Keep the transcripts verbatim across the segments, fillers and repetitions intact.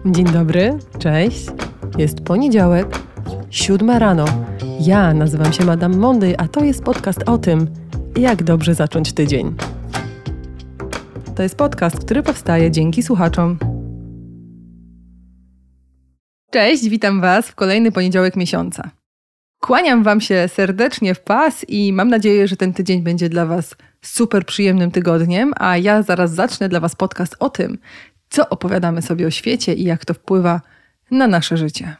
Dzień dobry, cześć. Jest poniedziałek, siódma rano. Ja nazywam się Madame Monday, a to jest podcast o tym, jak dobrze zacząć tydzień. To jest podcast, który powstaje dzięki słuchaczom. Cześć, witam Was w kolejny poniedziałek miesiąca. Kłaniam Wam się serdecznie w pas i mam nadzieję, że ten tydzień będzie dla Was super przyjemnym tygodniem, a ja zaraz zacznę dla Was podcast o tym, co opowiadamy sobie o świecie i jak to wpływa na nasze życie.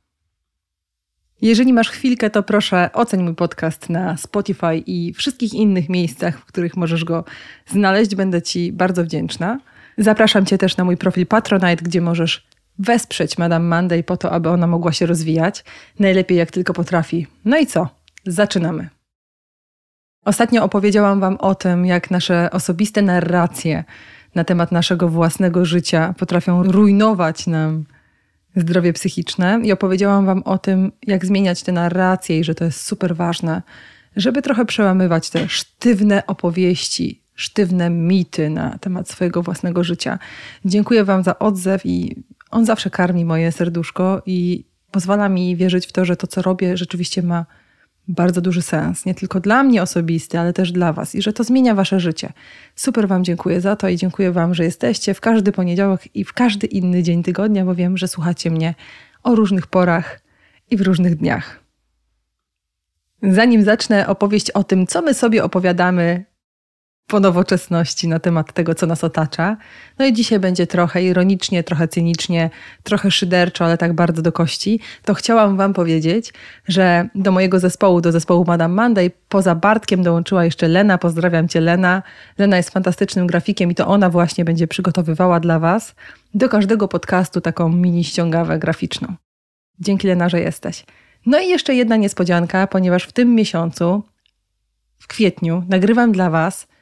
Jeżeli masz chwilkę, to proszę oceń mój podcast na Spotify i wszystkich innych miejscach, w których możesz go znaleźć. Będę Ci bardzo wdzięczna. Zapraszam Cię też na mój profil Patronite, gdzie możesz wesprzeć Madame Monday po to, aby ona mogła się rozwijać. Najlepiej jak tylko potrafi. No i co? Zaczynamy. Ostatnio opowiedziałam Wam o tym, jak nasze osobiste narracje na temat naszego własnego życia potrafią rujnować nam zdrowie psychiczne i opowiedziałam Wam o tym, jak zmieniać te narracje i że to jest super ważne, żeby trochę przełamywać te sztywne opowieści, sztywne mity na temat swojego własnego życia. Dziękuję Wam za odzew i on zawsze karmi moje serduszko i pozwala mi wierzyć w to, że to, co robię, rzeczywiście ma bardzo duży sens. Nie tylko dla mnie osobisty, ale też dla Was i że to zmienia Wasze życie. Super Wam dziękuję za to i dziękuję Wam, że jesteście w każdy poniedziałek i w każdy inny dzień tygodnia, bo wiem, że słuchacie mnie o różnych porach i w różnych dniach. Zanim zacznę opowieść o tym, co my sobie opowiadamy po nowoczesności na temat tego, co nas otacza. No i dzisiaj będzie trochę ironicznie, trochę cynicznie, trochę szyderczo, ale tak bardzo do kości. To chciałam Wam powiedzieć, że do mojego zespołu, do zespołu Madame Monday, poza Bartkiem dołączyła jeszcze Lena. Pozdrawiam Cię, Lena. Lena jest fantastycznym grafikiem i to ona właśnie będzie przygotowywała dla Was do każdego podcastu taką mini ściągawę graficzną. Dzięki, Lena, że jesteś. No i jeszcze jedna niespodzianka, ponieważ w tym miesiącu, w kwietniu, nagrywam dla Was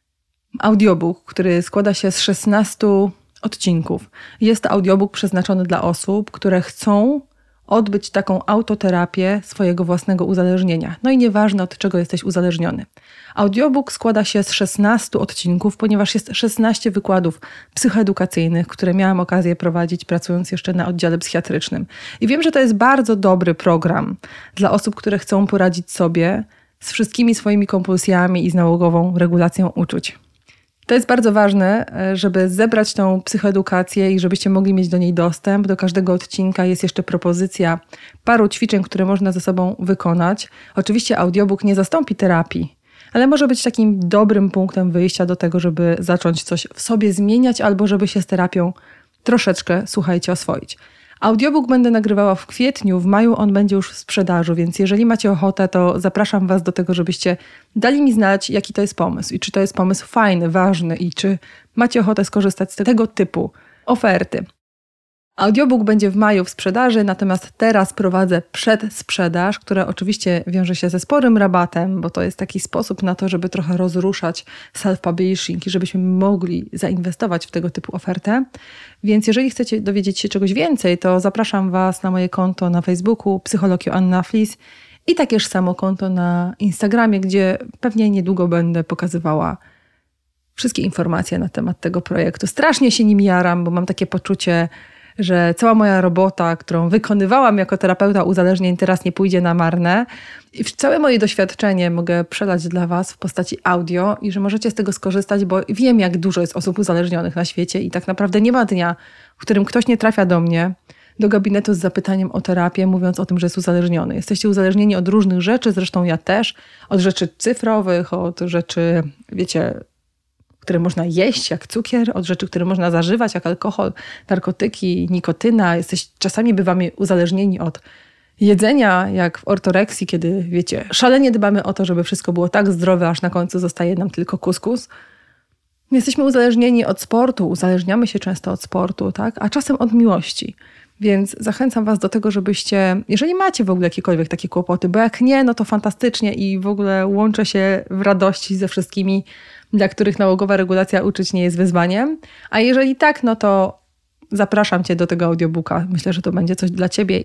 audiobook, który składa się z szesnastu odcinków. Jest to audiobook przeznaczony dla osób, które chcą odbyć taką autoterapię swojego własnego uzależnienia. No i nieważne, od czego jesteś uzależniony. Audiobook składa się z szesnastu odcinków, ponieważ jest szesnaście wykładów psychoedukacyjnych, które miałam okazję prowadzić, pracując jeszcze na oddziale psychiatrycznym. I wiem, że to jest bardzo dobry program dla osób, które chcą poradzić sobie z wszystkimi swoimi kompulsjami i z nałogową regulacją uczuć. To jest bardzo ważne, żeby zebrać tą psychoedukację i żebyście mogli mieć do niej dostęp. Do każdego odcinka jest jeszcze propozycja paru ćwiczeń, które można ze sobą wykonać. Oczywiście audiobook nie zastąpi terapii, ale może być takim dobrym punktem wyjścia do tego, żeby zacząć coś w sobie zmieniać albo żeby się z terapią troszeczkę, słuchajcie, oswoić. Audiobook będę nagrywała w kwietniu, w maju on będzie już w sprzedaży, więc jeżeli macie ochotę, to zapraszam Was do tego, żebyście dali mi znać, jaki to jest pomysł i czy to jest pomysł fajny, ważny i czy macie ochotę skorzystać z tego typu oferty. Audiobook będzie w maju w sprzedaży, natomiast teraz prowadzę przedsprzedaż, która oczywiście wiąże się ze sporym rabatem, bo to jest taki sposób na to, żeby trochę rozruszać self-publishing i żebyśmy mogli zainwestować w tego typu ofertę. Więc jeżeli chcecie dowiedzieć się czegoś więcej, to zapraszam Was na moje konto na Facebooku Psycholog Joanna Flis i takież samo konto na Instagramie, gdzie pewnie niedługo będę pokazywała wszystkie informacje na temat tego projektu. Strasznie się nim jaram, bo mam takie poczucie, że cała moja robota, którą wykonywałam jako terapeuta uzależnień, teraz nie pójdzie na marne. I całe moje doświadczenie mogę przelać dla Was w postaci audio i że możecie z tego skorzystać, bo wiem, jak dużo jest osób uzależnionych na świecie i tak naprawdę nie ma dnia, w którym ktoś nie trafia do mnie, do gabinetu z zapytaniem o terapię, mówiąc o tym, że jest uzależniony. Jesteście uzależnieni od różnych rzeczy, zresztą ja też, od rzeczy cyfrowych, od rzeczy, wiecie, które można jeść, jak cukier, od rzeczy, które można zażywać, jak alkohol, narkotyki, nikotyna. Jesteś, czasami bywamy uzależnieni od jedzenia, jak w ortoreksji, kiedy, wiecie, szalenie dbamy o to, żeby wszystko było tak zdrowe, aż na końcu zostaje nam tylko kuskus. Jesteśmy uzależnieni od sportu, uzależniamy się często od sportu, tak? A czasem od miłości. Więc zachęcam Was do tego, żebyście, jeżeli macie w ogóle jakiekolwiek takie kłopoty, bo jak nie, no to fantastycznie i w ogóle łączę się w radości ze wszystkimi, dla których nałogowa regulacja uczuć nie jest wyzwaniem. A jeżeli tak, no to zapraszam Cię do tego audiobooka. Myślę, że to będzie coś dla Ciebie.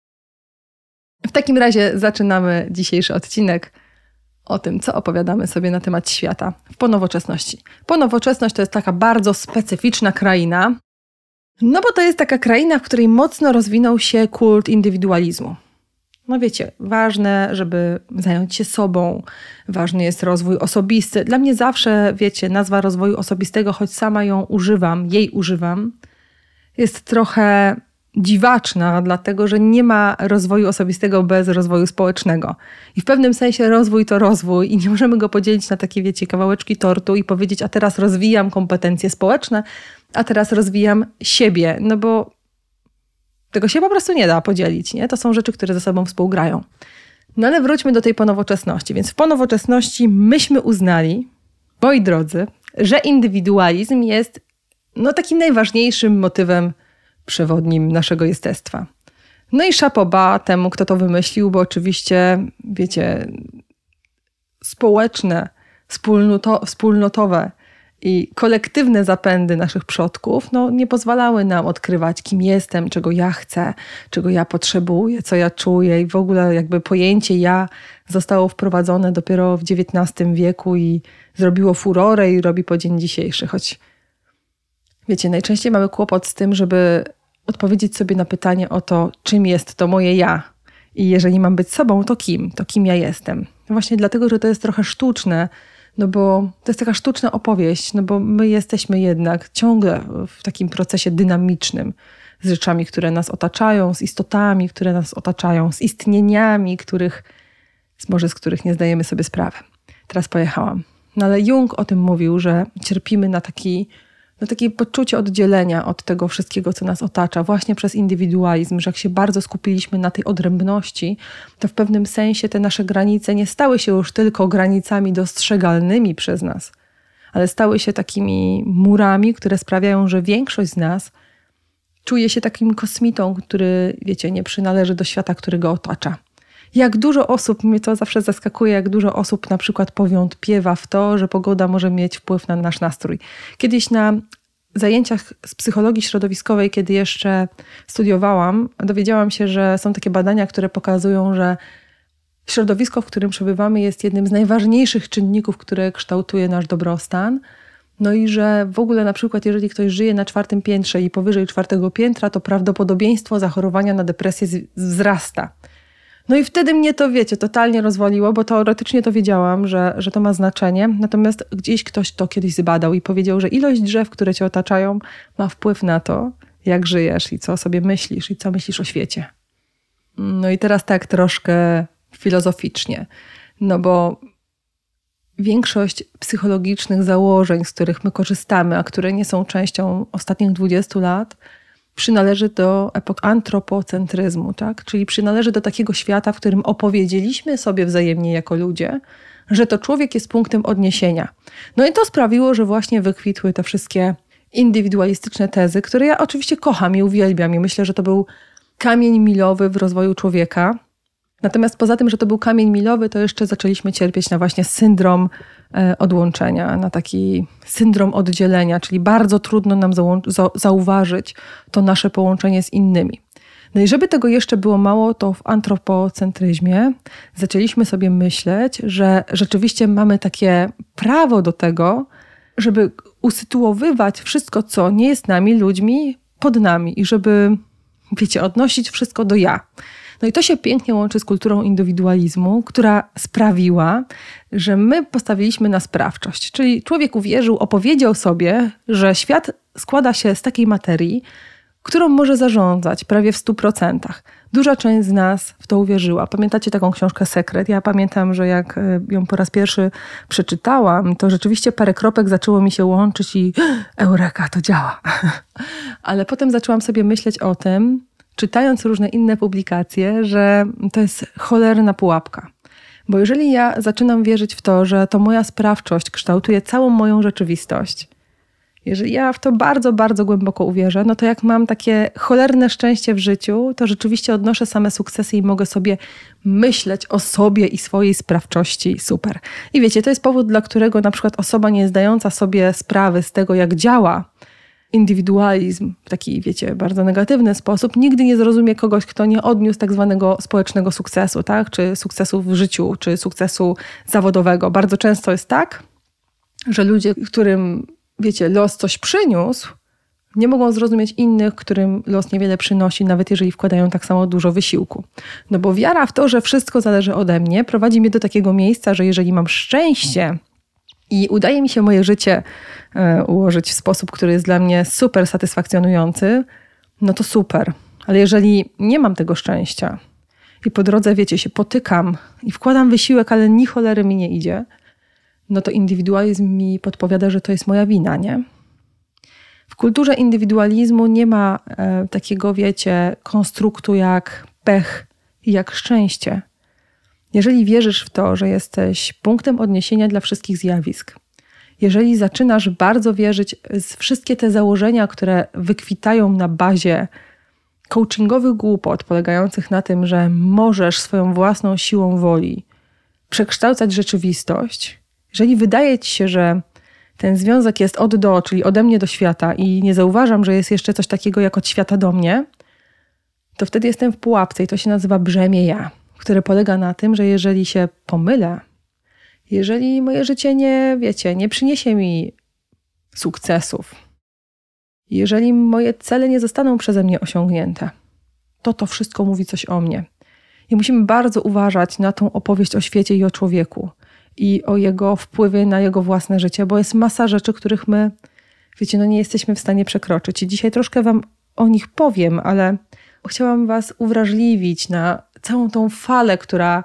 W takim razie zaczynamy dzisiejszy odcinek o tym, co opowiadamy sobie na temat świata w ponowoczesności. Ponowoczesność to jest taka bardzo specyficzna kraina, No bo to jest taka kraina, w której mocno rozwinął się kult indywidualizmu. No wiecie, ważne, żeby zająć się sobą, ważny jest rozwój osobisty. Dla mnie zawsze, wiecie, nazwa rozwoju osobistego, choć sama ją używam, jej używam, jest trochę dziwaczna, dlatego że nie ma rozwoju osobistego bez rozwoju społecznego. I w pewnym sensie rozwój to rozwój i nie możemy go podzielić na takie, wiecie, kawałeczki tortu i powiedzieć, a teraz rozwijam kompetencje społeczne, a teraz rozwijam siebie, no bo tego się po prostu nie da podzielić, nie? To są rzeczy, które ze sobą współgrają. No ale wróćmy do tej ponowoczesności. Więc w ponowoczesności myśmy uznali, moi drodzy, że indywidualizm jest no, takim najważniejszym motywem przewodnim naszego jestestwa. No i chapeau bas temu, kto to wymyślił, bo oczywiście, wiecie, społeczne, wspólnoto, wspólnotowe i kolektywne zapędy naszych przodków no, nie pozwalały nam odkrywać, kim jestem, czego ja chcę, czego ja potrzebuję, co ja czuję i w ogóle jakby pojęcie ja zostało wprowadzone dopiero w dziewiętnastym wieku i zrobiło furorę i robi po dzień dzisiejszy. Choć wiecie, najczęściej mamy kłopot z tym, żeby odpowiedzieć sobie na pytanie o to, czym jest to moje ja. I jeżeli mam być sobą, to kim? To kim ja jestem? Właśnie dlatego, że to jest trochę sztuczne, no bo to jest taka sztuczna opowieść, no bo my jesteśmy jednak ciągle w takim procesie dynamicznym z rzeczami, które nas otaczają, z istotami, które nas otaczają, z istnieniami, których, może z których nie zdajemy sobie sprawy. Teraz pojechałam. No ale Jung o tym mówił, że cierpimy na taki no takie poczucie oddzielenia od tego wszystkiego, co nas otacza, właśnie przez indywidualizm, że jak się bardzo skupiliśmy na tej odrębności, to w pewnym sensie te nasze granice nie stały się już tylko granicami dostrzegalnymi przez nas, ale stały się takimi murami, które sprawiają, że większość z nas czuje się takim kosmitą, który, wiecie, nie przynależy do świata, który go otacza. Jak dużo osób, mnie to zawsze zaskakuje, jak dużo osób na przykład powątpiewa w to, że pogoda może mieć wpływ na nasz nastrój. Kiedyś na zajęciach z psychologii środowiskowej, kiedy jeszcze studiowałam, dowiedziałam się, że są takie badania, które pokazują, że środowisko, w którym przebywamy, jest jednym z najważniejszych czynników, które kształtuje nasz dobrostan. No i że w ogóle na przykład jeżeli ktoś żyje na czwartym piętrze i powyżej czwartego piętra, to prawdopodobieństwo zachorowania na depresję wzrasta. No i wtedy mnie to, wiecie, totalnie rozwaliło, bo teoretycznie to wiedziałam, że, że to ma znaczenie. Natomiast gdzieś ktoś to kiedyś zbadał i powiedział, że ilość drzew, które cię otaczają, ma wpływ na to, jak żyjesz i co o sobie myślisz i co myślisz o świecie. No i teraz tak troszkę filozoficznie, no bo większość psychologicznych założeń, z których my korzystamy, a które nie są częścią ostatnich dwudziestu lat, przynależy do epok antropocentryzmu, tak? Czyli przynależy do takiego świata, w którym opowiedzieliśmy sobie wzajemnie jako ludzie, że to człowiek jest punktem odniesienia. No i to sprawiło, że właśnie wykwitły te wszystkie indywidualistyczne tezy, które ja oczywiście kocham i uwielbiam i myślę, że to był kamień milowy w rozwoju człowieka. Natomiast poza tym, że to był kamień milowy, to jeszcze zaczęliśmy cierpieć na właśnie syndrom odłączenia, na taki syndrom oddzielenia, czyli bardzo trudno nam zauważyć to nasze połączenie z innymi. No i żeby tego jeszcze było mało, to w antropocentryzmie zaczęliśmy sobie myśleć, że rzeczywiście mamy takie prawo do tego, żeby usytuowywać wszystko, co nie jest nami, ludźmi, pod nami i żeby, wiecie, odnosić wszystko do ja. No i to się pięknie łączy z kulturą indywidualizmu, która sprawiła, że my postawiliśmy na sprawczość. Czyli człowiek uwierzył, opowiedział sobie, że świat składa się z takiej materii, którą może zarządzać prawie w stu procentach. Duża część z nas w to uwierzyła. Pamiętacie taką książkę Sekret? Ja pamiętam, że jak ją po raz pierwszy przeczytałam, to rzeczywiście parę kropek zaczęło mi się łączyć i eureka, to działa. Ale potem zaczęłam sobie myśleć o tym, czytając różne inne publikacje, że to jest cholerna pułapka. Bo jeżeli ja zaczynam wierzyć w to, że to moja sprawczość kształtuje całą moją rzeczywistość, jeżeli ja w to bardzo, bardzo głęboko uwierzę, no to jak mam takie cholerne szczęście w życiu, to rzeczywiście odnoszę same sukcesy i mogę sobie myśleć o sobie i swojej sprawczości. Super. I wiecie, to jest powód, dla którego na przykład osoba nie zdająca sobie sprawy z tego, jak działa indywidualizm w taki, wiecie, bardzo negatywny sposób, nigdy nie zrozumie kogoś, kto nie odniósł tak zwanego społecznego sukcesu, tak? Czy sukcesu w życiu, czy sukcesu zawodowego. Bardzo często jest tak, że ludzie, którym, wiecie, los coś przyniósł, Nie mogą zrozumieć innych, którym los niewiele przynosi, nawet jeżeli wkładają tak samo dużo wysiłku. No bo wiara w to, że wszystko zależy ode mnie, prowadzi mnie do takiego miejsca, że jeżeli mam szczęście i udaje mi się moje życie y, ułożyć w sposób, który jest dla mnie super satysfakcjonujący, no to super. Ale jeżeli nie mam tego szczęścia i po drodze, wiecie, się potykam i wkładam wysiłek, ale ni cholery mi nie idzie, no to indywidualizm mi podpowiada, że to jest moja wina, nie? W kulturze indywidualizmu nie ma e, takiego, wiecie, konstruktu jak pech i jak szczęście. Jeżeli wierzysz w to, że jesteś punktem odniesienia dla wszystkich zjawisk, jeżeli zaczynasz bardzo wierzyć w wszystkie te założenia, które wykwitają na bazie coachingowych głupot polegających na tym, że możesz swoją własną siłą woli przekształcać rzeczywistość, jeżeli wydaje ci się, że ten związek jest od do, czyli ode mnie do świata i nie zauważam, że jest jeszcze coś takiego jak od świata do mnie, to wtedy jestem w pułapce i to się nazywa brzemię ja, które polega na tym, że jeżeli się pomylę, jeżeli moje życie nie, wiecie, nie przyniesie mi sukcesów, jeżeli moje cele nie zostaną przeze mnie osiągnięte, to to wszystko mówi coś o mnie. I musimy bardzo uważać na tą opowieść o świecie i o człowieku i o jego wpływie na jego własne życie, bo jest masa rzeczy, których my, wiecie, no nie jesteśmy w stanie przekroczyć. I dzisiaj troszkę wam o nich powiem, ale chciałam was uwrażliwić na całą tą falę, która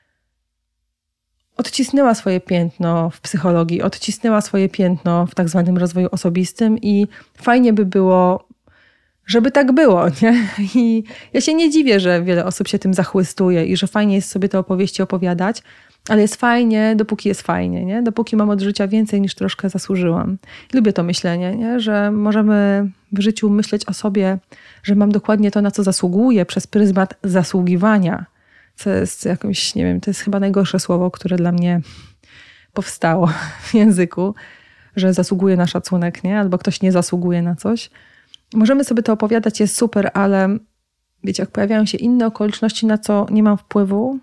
odcisnęła swoje piętno w psychologii, odcisnęła swoje piętno w tak zwanym rozwoju osobistym i fajnie by było, żeby tak było, nie? I ja się nie dziwię, że wiele osób się tym zachłystuje i że fajnie jest sobie te opowieści opowiadać, ale jest fajnie, dopóki jest fajnie, nie? Dopóki mam od życia więcej niż troszkę zasłużyłam. Lubię to myślenie, nie? Że możemy w życiu myśleć o sobie, że mam dokładnie to, na co zasługuję przez pryzmat zasługiwania, co jest jakimś, nie wiem, to jest chyba najgorsze słowo, które dla mnie powstało w języku, że zasługuje na szacunek, nie? Albo ktoś nie zasługuje na coś. Możemy sobie to opowiadać, jest super, ale wiecie, jak pojawiają się inne okoliczności, na co nie mam wpływu,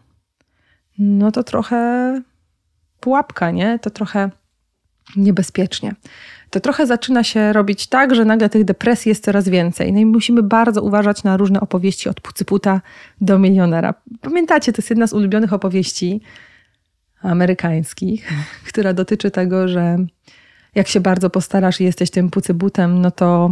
no to trochę pułapka, nie? To trochę niebezpiecznie. To trochę zaczyna się robić tak, że nagle tych depresji jest coraz więcej. No i musimy bardzo uważać na różne opowieści od pucyputa do milionera. Pamiętacie, to jest jedna z ulubionych opowieści amerykańskich, która dotyczy tego, że jak się bardzo postarasz i jesteś tym pucybutem, no to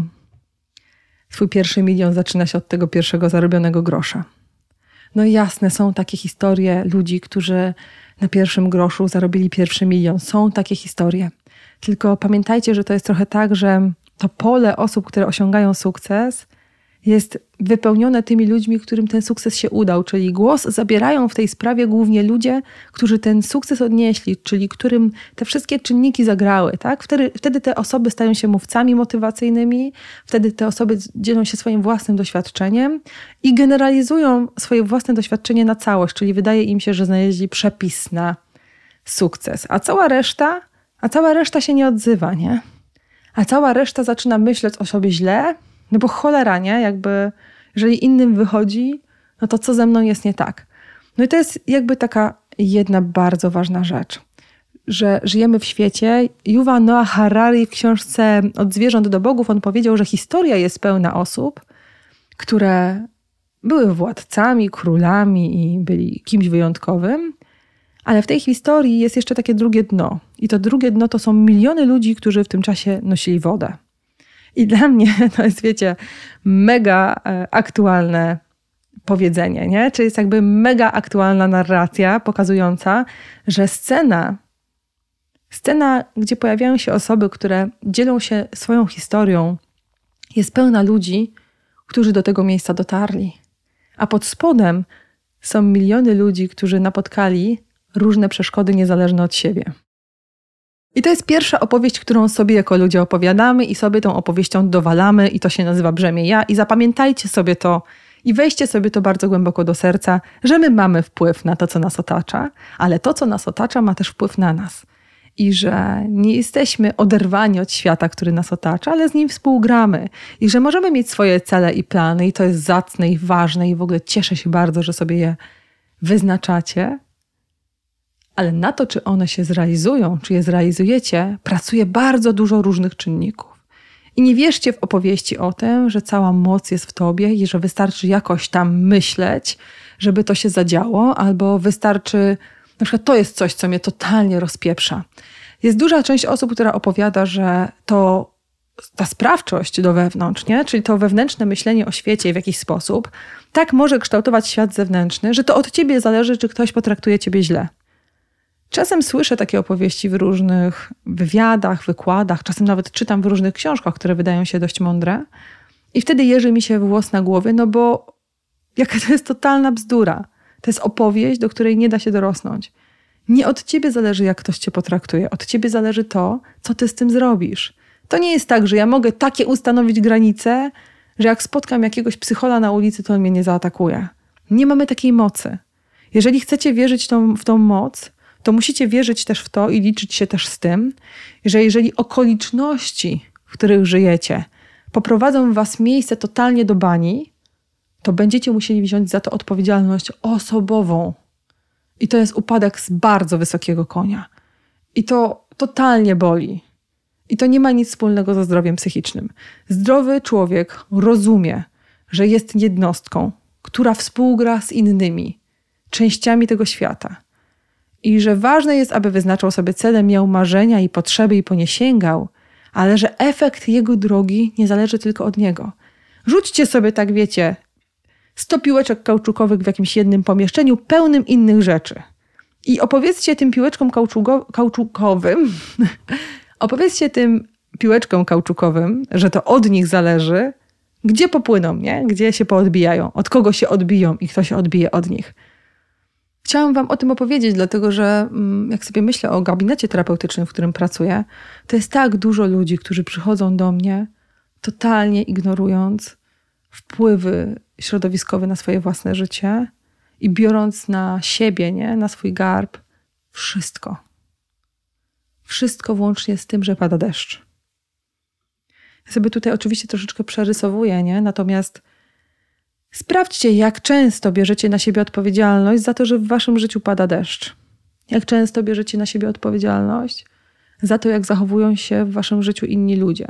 twój pierwszy milion zaczyna się od tego pierwszego zarobionego grosza. No i jasne, są takie historie ludzi, którzy na pierwszym groszu zarobili pierwszy milion. Są takie historie. Tylko pamiętajcie, że to jest trochę tak, że to pole osób, które osiągają sukces, jest wypełnione tymi ludźmi, którym ten sukces się udał. Czyli głos zabierają w tej sprawie głównie ludzie, którzy ten sukces odnieśli, czyli którym te wszystkie czynniki zagrały. Tak? Wtedy, wtedy te osoby stają się mówcami motywacyjnymi, wtedy te osoby dzielą się swoim własnym doświadczeniem i generalizują swoje własne doświadczenie na całość, czyli wydaje im się, że znaleźli przepis na sukces. A cała reszta, a cała reszta się nie odzywa, nie? A cała reszta zaczyna myśleć o sobie źle, no bo cholera, nie? Jakby, jeżeli innym wychodzi, no to co ze mną jest nie tak? No i to jest jakby taka jedna bardzo ważna rzecz, że żyjemy w świecie. Yuval Noah Harari w książce Od zwierząt do bogów, on powiedział, że historia jest pełna osób, które były władcami, królami i byli kimś wyjątkowym, ale w tej historii jest jeszcze takie drugie dno. I to drugie dno to są miliony ludzi, którzy w tym czasie nosili wodę. I dla mnie to jest, wiecie, mega aktualne powiedzenie, nie? Czyli jest jakby mega aktualna narracja pokazująca, że scena, scena, gdzie pojawiają się osoby, które dzielą się swoją historią, jest pełna ludzi, którzy do tego miejsca dotarli. A pod spodem są miliony ludzi, którzy napotkali różne przeszkody niezależne od siebie. I to jest pierwsza opowieść, którą sobie jako ludzie opowiadamy i sobie tą opowieścią dowalamy i to się nazywa brzemię ja. I zapamiętajcie sobie to i weźcie sobie to bardzo głęboko do serca, że my mamy wpływ na to, co nas otacza, ale to, co nas otacza, ma też wpływ na nas. I że nie jesteśmy oderwani od świata, który nas otacza, ale z nim współgramy. I że możemy mieć swoje cele i plany i to jest zacne i ważne i w ogóle cieszę się bardzo, że sobie je wyznaczacie. Ale na to, czy one się zrealizują, czy je zrealizujecie, pracuje bardzo dużo różnych czynników. I nie wierzcie w opowieści o tym, że cała moc jest w tobie i że wystarczy jakoś tam myśleć, żeby to się zadziało, albo wystarczy, na przykład to jest coś, co mnie totalnie rozpieprza. Jest duża część osób, która opowiada, że to ta sprawczość do wewnątrz, nie? Czyli to wewnętrzne myślenie o świecie w jakiś sposób, tak może kształtować świat zewnętrzny, że to od ciebie zależy, czy ktoś potraktuje ciebie źle. Czasem słyszę takie opowieści w różnych wywiadach, wykładach, czasem nawet czytam w różnych książkach, które wydają się dość mądre i wtedy jeży mi się włos na głowie, no bo jaka to jest totalna bzdura. To jest opowieść, do której nie da się dorosnąć. Nie od ciebie zależy, jak ktoś cię potraktuje. Od ciebie zależy to, co ty z tym zrobisz. To nie jest tak, że ja mogę takie ustanowić granice, że jak spotkam jakiegoś psychola na ulicy, to on mnie nie zaatakuje. Nie mamy takiej mocy. Jeżeli chcecie wierzyć tą, w tą moc, to musicie wierzyć też w to i liczyć się też z tym, że jeżeli okoliczności, w których żyjecie, poprowadzą was miejsce totalnie do bani, to będziecie musieli wziąć za to odpowiedzialność osobową. I to jest upadek z bardzo wysokiego konia. I to totalnie boli. I to nie ma nic wspólnego ze zdrowiem psychicznym. Zdrowy człowiek rozumie, że jest jednostką, która współgra z innymi częściami tego świata. I że ważne jest, aby wyznaczał sobie cele, miał marzenia i potrzeby i po nie sięgał, ale że efekt jego drogi nie zależy tylko od niego. Rzućcie sobie, tak wiecie, sto piłeczek kauczukowych w jakimś jednym pomieszczeniu pełnym innych rzeczy. I opowiedzcie tym piłeczkom kauczuko- kauczukowym, opowiedzcie tym piłeczkom kauczukowym, że to od nich zależy, gdzie popłyną, nie? Gdzie się poodbijają, od kogo się odbiją i kto się odbije od nich. Chciałam wam o tym opowiedzieć, dlatego że jak sobie myślę o gabinecie terapeutycznym, w którym pracuję, to jest tak dużo ludzi, którzy przychodzą do mnie totalnie ignorując wpływy środowiskowe na swoje własne życie i biorąc na siebie, nie, na swój garb wszystko. Wszystko włącznie z tym, że pada deszcz. Ja sobie tutaj oczywiście troszeczkę przerysowuję, nie? Natomiast sprawdźcie, jak często bierzecie na siebie odpowiedzialność za to, że w waszym życiu pada deszcz. Jak często bierzecie na siebie odpowiedzialność za to, jak zachowują się w waszym życiu inni ludzie.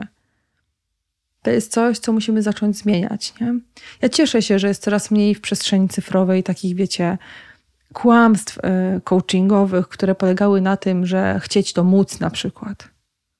To jest coś, co musimy zacząć zmieniać, nie? Ja cieszę się, że jest coraz mniej w przestrzeni cyfrowej takich, wiecie, kłamstw y, coachingowych, które polegały na tym, że chcieć to móc na przykład.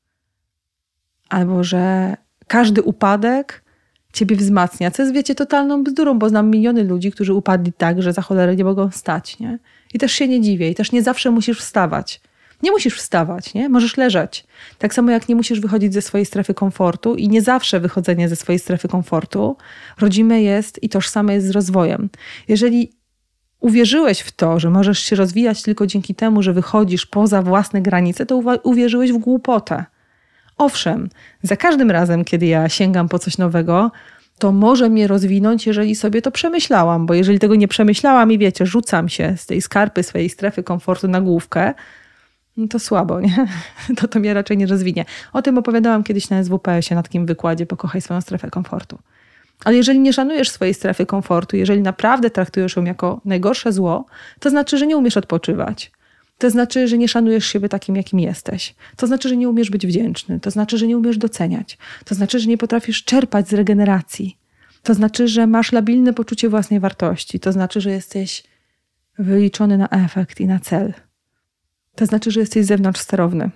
Albo, że każdy upadek ciebie wzmacnia, co jest, wiecie, totalną bzdurą, bo znam miliony ludzi, którzy upadli tak, że za cholerę nie mogą wstać, nie? I też się nie dziwię. I też nie zawsze musisz wstawać. Nie musisz wstawać, nie? Możesz leżeć. Tak samo jak nie musisz wychodzić ze swojej strefy komfortu i nie zawsze wychodzenie ze swojej strefy komfortu rodzime jest i tożsame jest z rozwojem. Jeżeli uwierzyłeś w to, że możesz się rozwijać tylko dzięki temu, że wychodzisz poza własne granice, to uwa- uwierzyłeś w głupotę. Owszem, za każdym razem, kiedy ja sięgam po coś nowego, to może mnie rozwinąć, jeżeli sobie to przemyślałam, bo jeżeli tego nie przemyślałam i wiecie, rzucam się z tej skarpy swojej strefy komfortu na główkę, no to słabo, nie? To to mnie raczej nie rozwinie. O tym opowiadałam kiedyś na S W P S ie na takim wykładzie Pokochaj swoją strefę komfortu. Ale jeżeli nie szanujesz swojej strefy komfortu, jeżeli naprawdę traktujesz ją jako najgorsze zło, to znaczy, że nie umiesz odpoczywać. To znaczy, że nie szanujesz siebie takim, jakim jesteś. To znaczy, że nie umiesz być wdzięczny. To znaczy, że nie umiesz doceniać. To znaczy, że nie potrafisz czerpać z regeneracji. To znaczy, że masz labilne poczucie własnej wartości. To znaczy, że jesteś wyliczony na efekt i na cel. To znaczy, że jesteś zewnątrz sterowny.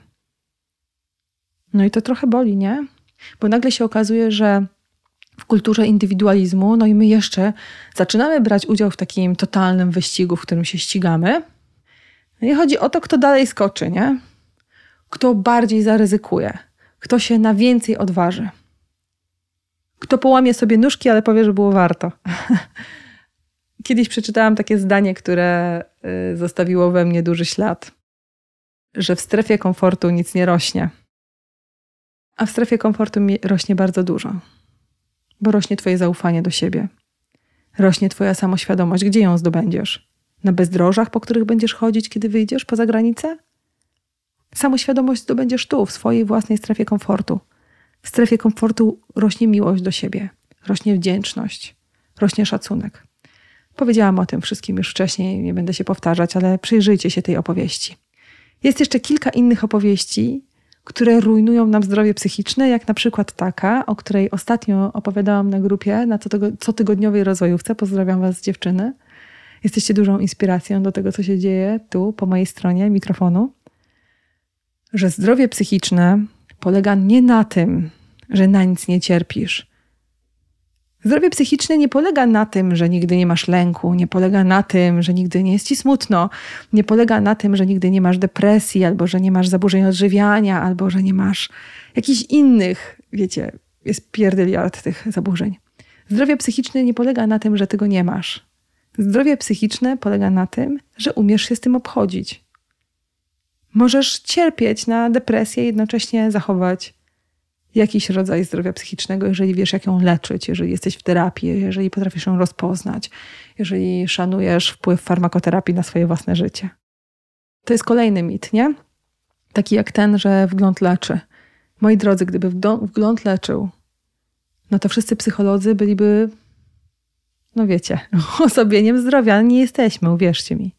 No i to trochę boli, nie? Bo nagle się okazuje, że w kulturze indywidualizmu, no i my jeszcze zaczynamy brać udział w takim totalnym wyścigu, w którym się ścigamy. No i chodzi o to, kto dalej skoczy, nie? Kto bardziej zaryzykuje. Kto się na więcej odważy. Kto połamie sobie nóżki, ale powie, że było warto. Kiedyś przeczytałam takie zdanie, które zostawiło we mnie duży ślad. Że w strefie komfortu nic nie rośnie. A w strefie komfortu rośnie bardzo dużo. Bo rośnie twoje zaufanie do siebie. Rośnie twoja samoświadomość. Gdzie ją zdobędziesz? Na bezdrożach, po których będziesz chodzić, kiedy wyjdziesz poza granicę? Samoświadomość zdobędziesz tu, w swojej własnej strefie komfortu. W strefie komfortu rośnie miłość do siebie. Rośnie wdzięczność. Rośnie szacunek. Powiedziałam o tym wszystkim już wcześniej, nie będę się powtarzać, ale przyjrzyjcie się tej opowieści. Jest jeszcze kilka innych opowieści, które rujnują nam zdrowie psychiczne, jak na przykład taka, o której ostatnio opowiadałam na grupie, na cotygodniowej rozwojówce. Pozdrawiam was, dziewczyny. Jesteście dużą inspiracją do tego, co się dzieje tu po mojej stronie mikrofonu. Że zdrowie psychiczne polega nie na tym, że na nic nie cierpisz. Zdrowie psychiczne nie polega na tym, że nigdy nie masz lęku, nie polega na tym, że nigdy nie jest ci smutno, nie polega na tym, że nigdy nie masz depresji, albo że nie masz zaburzeń odżywiania, albo że nie masz jakichś innych, wiecie, jest pierdyliard tych zaburzeń. Zdrowie psychiczne nie polega na tym, że tego nie masz. Zdrowie psychiczne polega na tym, że umiesz się z tym obchodzić. Możesz cierpieć na depresję i jednocześnie zachować jakiś rodzaj zdrowia psychicznego, jeżeli wiesz, jak ją leczyć, jeżeli jesteś w terapii, jeżeli potrafisz ją rozpoznać, jeżeli szanujesz wpływ farmakoterapii na swoje własne życie. To jest kolejny mit, nie? Taki jak ten, że wgląd leczy. Moi drodzy, gdyby wgląd leczył, no to wszyscy psycholodzy byliby, no wiecie, osobieniem zdrowia, ale nie jesteśmy, uwierzcie mi.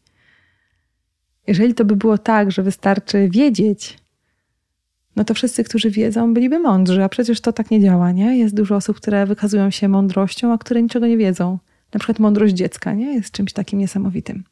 Jeżeli to by było tak, że wystarczy wiedzieć, no to wszyscy, którzy wiedzą, byliby mądrzy, a przecież to tak nie działa, nie? Jest dużo osób, które wykazują się mądrością, a które niczego nie wiedzą. Na przykład mądrość dziecka, nie? Jest czymś takim niesamowitym.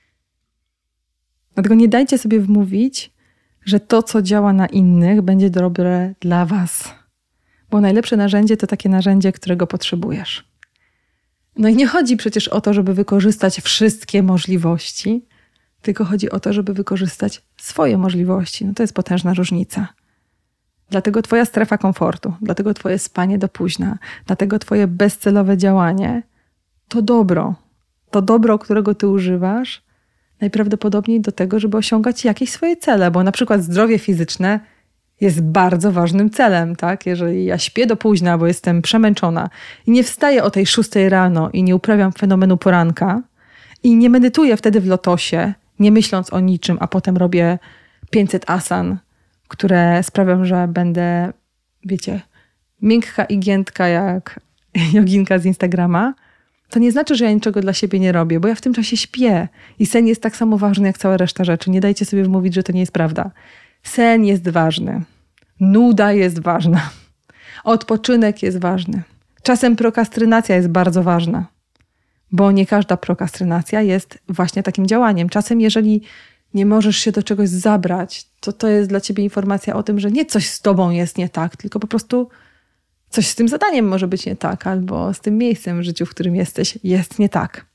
Dlatego nie dajcie sobie wmówić, że to, co działa na innych, będzie dobre dla was. Bo najlepsze narzędzie to takie narzędzie, którego potrzebujesz. No i nie chodzi przecież o to, żeby wykorzystać wszystkie możliwości, tylko chodzi o to, żeby wykorzystać swoje możliwości. No to jest potężna różnica. Dlatego twoja strefa komfortu, dlatego twoje spanie do późna, dlatego twoje bezcelowe działanie to dobro. To dobro, którego ty używasz, najprawdopodobniej do tego, żeby osiągać jakieś swoje cele, bo na przykład zdrowie fizyczne jest bardzo ważnym celem, tak? Jeżeli ja śpię do późna, bo jestem przemęczona i nie wstaję o tej szóstej rano i nie uprawiam fenomenu poranka i nie medytuję wtedy w lotosie, nie myśląc o niczym, a potem robię pięćset asan, które sprawią, że będę, wiecie, miękka i giętka jak joginka z Instagrama, to nie znaczy, że ja niczego dla siebie nie robię, bo ja w tym czasie śpię i sen jest tak samo ważny jak cała reszta rzeczy. Nie dajcie sobie wmówić, że to nie jest prawda. Sen jest ważny. Nuda jest ważna. Odpoczynek jest ważny. Czasem prokrastynacja jest bardzo ważna, bo nie każda prokrastynacja jest właśnie takim działaniem. Czasem, jeżeli nie możesz się do czegoś zabrać, to to jest dla ciebie informacja o tym, że nie coś z tobą jest nie tak, tylko po prostu coś z tym zadaniem może być nie tak, albo z tym miejscem w życiu, w którym jesteś, jest nie tak.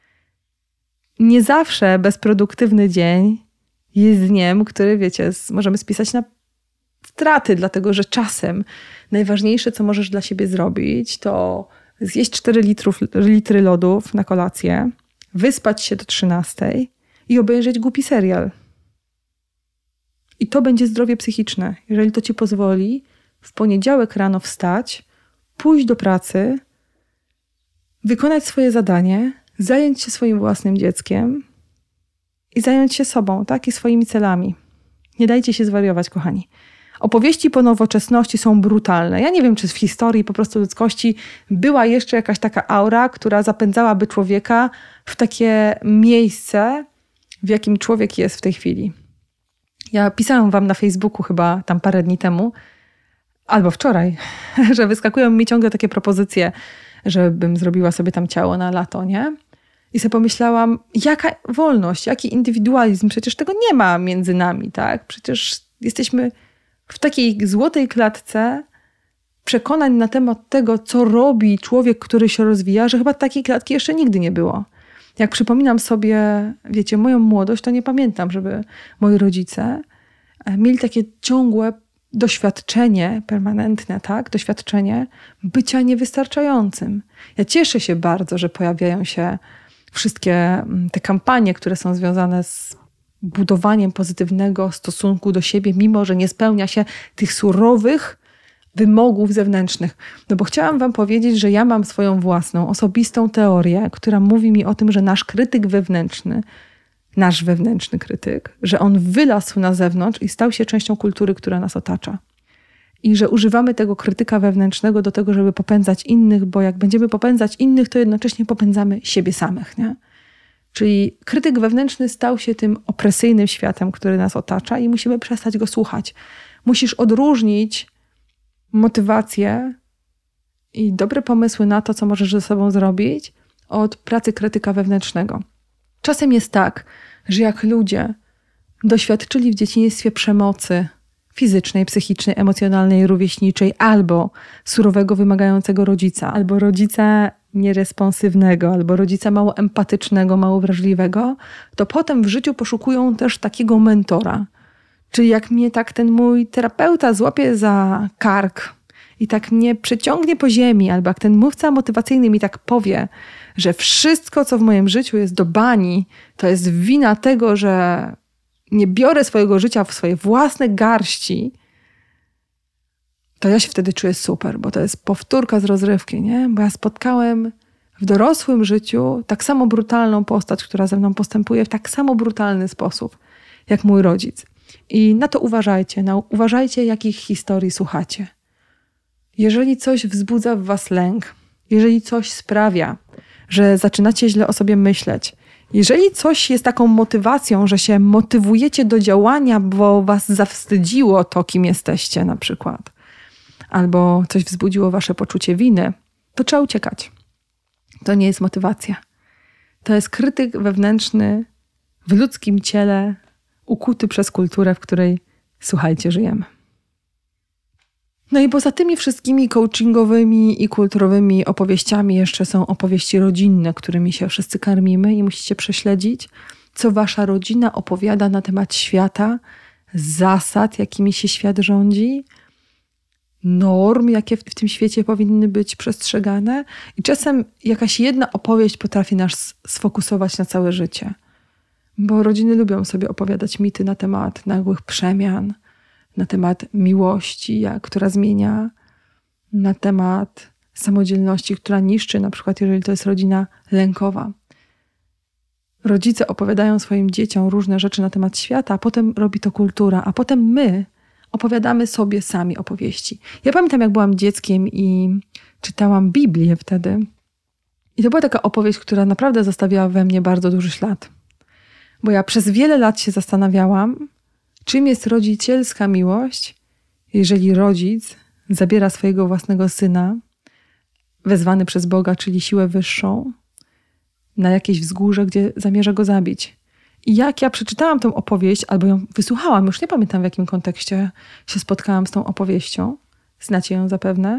Nie zawsze bezproduktywny dzień jest dniem, który, wiecie, możemy spisać na straty, dlatego że czasem najważniejsze, co możesz dla siebie zrobić, to zjeść cztery litry lodów na kolację, wyspać się do trzynastej i obejrzeć głupi serial. I to będzie zdrowie psychiczne, jeżeli to ci pozwoli w poniedziałek rano wstać, pójść do pracy, wykonać swoje zadanie, zająć się swoim własnym dzieckiem i zająć się sobą, tak? I swoimi celami. Nie dajcie się zwariować, kochani. Opowieści po nowoczesności są brutalne. Ja nie wiem, czy w historii po prostu ludzkości była jeszcze jakaś taka aura, która zapędzałaby człowieka w takie miejsce, w jakim człowiek jest w tej chwili. Ja pisałam wam na Facebooku chyba tam parę dni temu, albo wczoraj, że wyskakują mi ciągle takie propozycje, żebym zrobiła sobie tam ciało na lato, nie? I sobie pomyślałam, jaka wolność, jaki indywidualizm, przecież tego nie ma między nami, tak? Przecież jesteśmy w takiej złotej klatce przekonań na temat tego, co robi człowiek, który się rozwija, że chyba takiej klatki jeszcze nigdy nie było. Jak przypominam sobie, wiecie, moją młodość, to nie pamiętam, żeby moi rodzice mieli takie ciągłe doświadczenie, permanentne, tak? Doświadczenie bycia niewystarczającym. Ja cieszę się bardzo, że pojawiają się wszystkie te kampanie, które są związane z budowaniem pozytywnego stosunku do siebie, mimo że nie spełnia się tych surowych wymogów zewnętrznych. No bo chciałam wam powiedzieć, że ja mam swoją własną, osobistą teorię, która mówi mi o tym, że nasz krytyk wewnętrzny, nasz wewnętrzny krytyk, że on wylasł na zewnątrz i stał się częścią kultury, która nas otacza. I że używamy tego krytyka wewnętrznego do tego, żeby popędzać innych, bo jak będziemy popędzać innych, to jednocześnie popędzamy siebie samych, nie? Czyli krytyk wewnętrzny stał się tym opresyjnym światem, który nas otacza i musimy przestać go słuchać. Musisz odróżnić motywację i dobre pomysły na to, co możesz ze sobą zrobić, od pracy krytyka wewnętrznego. Czasem jest tak, że jak ludzie doświadczyli w dzieciństwie przemocy fizycznej, psychicznej, emocjonalnej, rówieśniczej, albo surowego, wymagającego rodzica, albo rodzica nieresponsywnego, albo rodzica mało empatycznego, mało wrażliwego, to potem w życiu poszukują też takiego mentora. Czyli jak mnie tak ten mój terapeuta złapie za kark i tak mnie przeciągnie po ziemi, albo jak ten mówca motywacyjny mi tak powie, że wszystko, co w moim życiu jest do bani, to jest wina tego, że nie biorę swojego życia w swoje własne garści, to ja się wtedy czuję super, bo to jest powtórka z rozrywki, nie? Bo ja spotkałem w dorosłym życiu tak samo brutalną postać, która ze mną postępuje w tak samo brutalny sposób, jak mój rodzic. I na to uważajcie, na, uważajcie, jakich historii słuchacie. Jeżeli coś wzbudza w was lęk, jeżeli coś sprawia, że zaczynacie źle o sobie myśleć, jeżeli coś jest taką motywacją, że się motywujecie do działania, bo was zawstydziło to, kim jesteście na przykład, albo coś wzbudziło wasze poczucie winy, to trzeba uciekać. To nie jest motywacja. To jest krytyk wewnętrzny w ludzkim ciele, ukuty przez kulturę, w której, słuchajcie, żyjemy. No i poza tymi wszystkimi coachingowymi i kulturowymi opowieściami jeszcze są opowieści rodzinne, którymi się wszyscy karmimy i musicie prześledzić, co wasza rodzina opowiada na temat świata, zasad, jakimi się świat rządzi, norm, jakie w tym świecie powinny być przestrzegane. I czasem jakaś jedna opowieść potrafi nas sfokusować na całe życie. Bo rodziny lubią sobie opowiadać mity na temat nagłych przemian, na temat miłości, jak, która zmienia, na temat samodzielności, która niszczy, na przykład jeżeli to jest rodzina lękowa. Rodzice opowiadają swoim dzieciom różne rzeczy na temat świata, a potem robi to kultura, a potem my opowiadamy sobie sami opowieści. Ja pamiętam, jak byłam dzieckiem i czytałam Biblię wtedy. I to była taka opowieść, która naprawdę zostawiała we mnie bardzo duży ślad. Bo ja przez wiele lat się zastanawiałam, czym jest rodzicielska miłość, jeżeli rodzic zabiera swojego własnego syna, wezwany przez Boga, czyli siłę wyższą, na jakieś wzgórze, gdzie zamierza go zabić. I jak ja przeczytałam tą opowieść, albo ją wysłuchałam, już nie pamiętam, w jakim kontekście się spotkałam z tą opowieścią, znacie ją zapewne,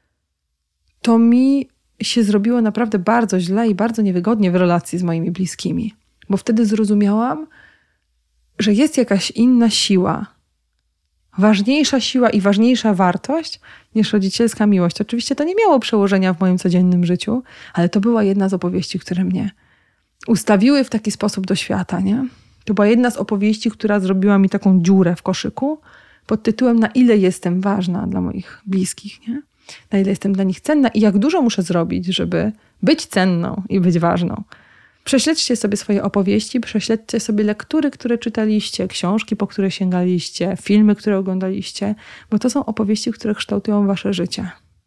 to mi się zrobiło naprawdę bardzo źle i bardzo niewygodnie w relacji z moimi bliskimi. Bo wtedy zrozumiałam, że jest jakaś inna siła, ważniejsza siła i ważniejsza wartość niż rodzicielska miłość. Oczywiście to nie miało przełożenia w moim codziennym życiu, ale to była jedna z opowieści, które mnie ustawiły w taki sposób do świata, nie? To była jedna z opowieści, która zrobiła mi taką dziurę w koszyku pod tytułem na ile jestem ważna dla moich bliskich, nie? Na ile jestem dla nich cenna i jak dużo muszę zrobić, żeby być cenną i być ważną. Prześledźcie sobie swoje opowieści, prześledźcie sobie lektury, które czytaliście, książki, po które sięgaliście, filmy, które oglądaliście, bo to są opowieści, które kształtują wasze życie.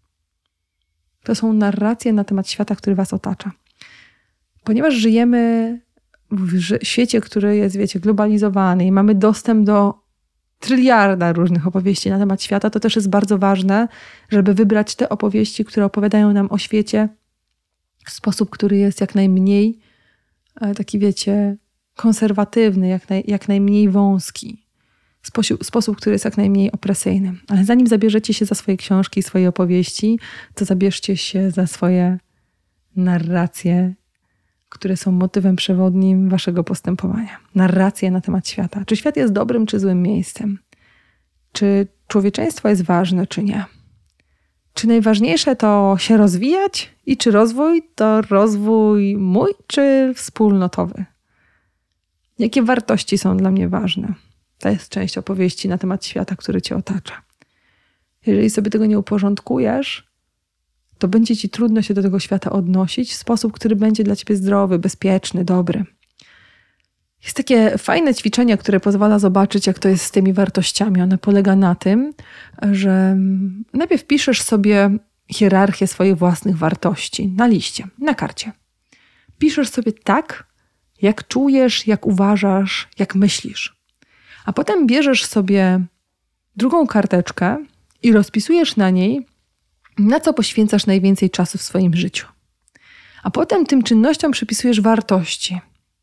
To są narracje na temat świata, który was otacza. Ponieważ żyjemy w świecie, który jest, wiecie, globalizowany i mamy dostęp do tryliarda różnych opowieści na temat świata, to też jest bardzo ważne, żeby wybrać te opowieści, które opowiadają nam o świecie w sposób, który jest jak najmniej taki, wiecie, konserwatywny, jak, naj, jak najmniej wąski. Sposób, sposób, który jest jak najmniej opresyjny. Ale zanim zabierzecie się za swoje książki, swoje opowieści, to zabierzcie się za swoje narracje, które są motywem przewodnim waszego postępowania. Narracje na temat świata. Czy świat jest dobrym, czy złym miejscem? Czy człowieczeństwo jest ważne, czy nie? Czy najważniejsze to się rozwijać i czy rozwój to rozwój mój, czy wspólnotowy? Jakie wartości są dla mnie ważne? To jest część opowieści na temat świata, który cię otacza. Jeżeli sobie tego nie uporządkujesz, to będzie ci trudno się do tego świata odnosić w sposób, który będzie dla ciebie zdrowy, bezpieczny, dobry. Jest takie fajne ćwiczenie, które pozwala zobaczyć, jak to jest z tymi wartościami. Ono polega na tym, że najpierw piszesz sobie hierarchię swoich własnych wartości na liście, na karcie. Piszesz sobie tak, jak czujesz, jak uważasz, jak myślisz. A potem bierzesz sobie drugą karteczkę i rozpisujesz na niej, na co poświęcasz najwięcej czasu w swoim życiu. A potem tym czynnościom przypisujesz wartości.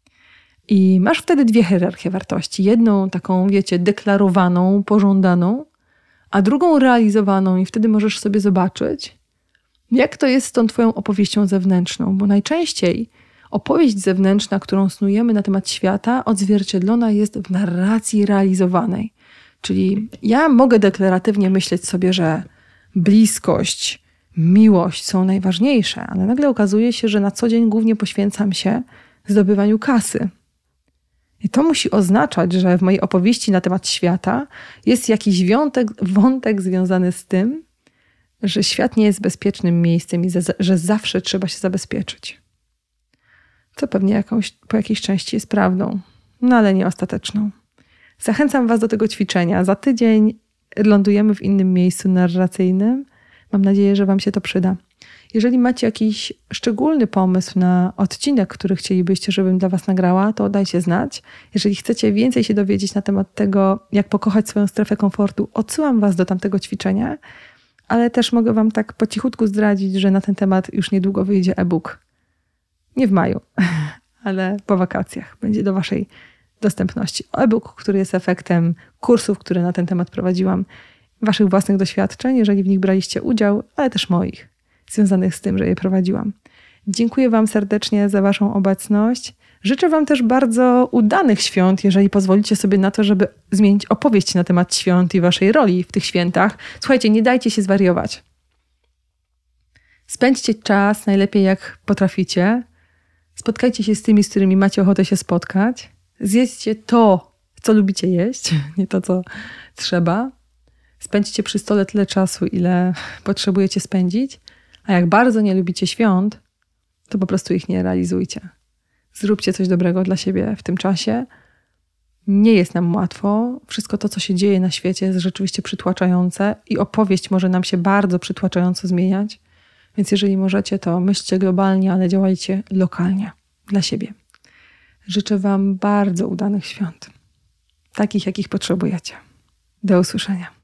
I masz wtedy dwie hierarchie wartości. Jedną taką, wiecie, deklarowaną, pożądaną, a drugą realizowaną i wtedy możesz sobie zobaczyć, jak to jest z tą twoją opowieścią zewnętrzną. Bo najczęściej opowieść zewnętrzna, którą snujemy na temat świata, odzwierciedlona jest w narracji realizowanej. Czyli ja mogę deklaratywnie myśleć sobie, że bliskość, miłość są najważniejsze, ale nagle okazuje się, że na co dzień głównie poświęcam się zdobywaniu kasy. I to musi oznaczać, że w mojej opowieści na temat świata jest jakiś wątek, wątek związany z tym, że świat nie jest bezpiecznym miejscem i że zawsze trzeba się zabezpieczyć. Co pewnie jakąś, po jakiejś części jest prawdą, no ale nie ostateczną. Zachęcam was do tego ćwiczenia. Za tydzień lądujemy w innym miejscu narracyjnym. Mam nadzieję, że wam się to przyda. Jeżeli macie jakiś szczególny pomysł na odcinek, który chcielibyście, żebym dla was nagrała, to dajcie znać. Jeżeli chcecie więcej się dowiedzieć na temat tego, jak pokochać swoją strefę komfortu, odsyłam was do tamtego ćwiczenia, ale też mogę wam tak po cichutku zdradzić, że na ten temat już niedługo wyjdzie e-book. Nie w maju, ale po wakacjach. Będzie do waszej dostępności. E-book, który jest efektem kursów, które na ten temat prowadziłam, waszych własnych doświadczeń, jeżeli w nich braliście udział, ale też moich, związanych z tym, że je prowadziłam. Dziękuję wam serdecznie za waszą obecność. Życzę wam też bardzo udanych świąt, jeżeli pozwolicie sobie na to, żeby zmienić opowieść na temat świąt i waszej roli w tych świętach. Słuchajcie, nie dajcie się zwariować. Spędźcie czas najlepiej jak potraficie. Spotkajcie się z tymi, z którymi macie ochotę się spotkać. Zjedzcie to, co lubicie jeść, nie to, co trzeba. Spędźcie przy stole tyle czasu, ile potrzebujecie spędzić. A jak bardzo nie lubicie świąt, to po prostu ich nie realizujcie. Zróbcie coś dobrego dla siebie w tym czasie. Nie jest nam łatwo. Wszystko to, co się dzieje na świecie, jest rzeczywiście przytłaczające i opowieść może nam się bardzo przytłaczająco zmieniać. Więc jeżeli możecie, to myślcie globalnie, ale działajcie lokalnie, dla siebie. Życzę wam bardzo udanych świąt. Takich, jakich potrzebujecie. Do usłyszenia.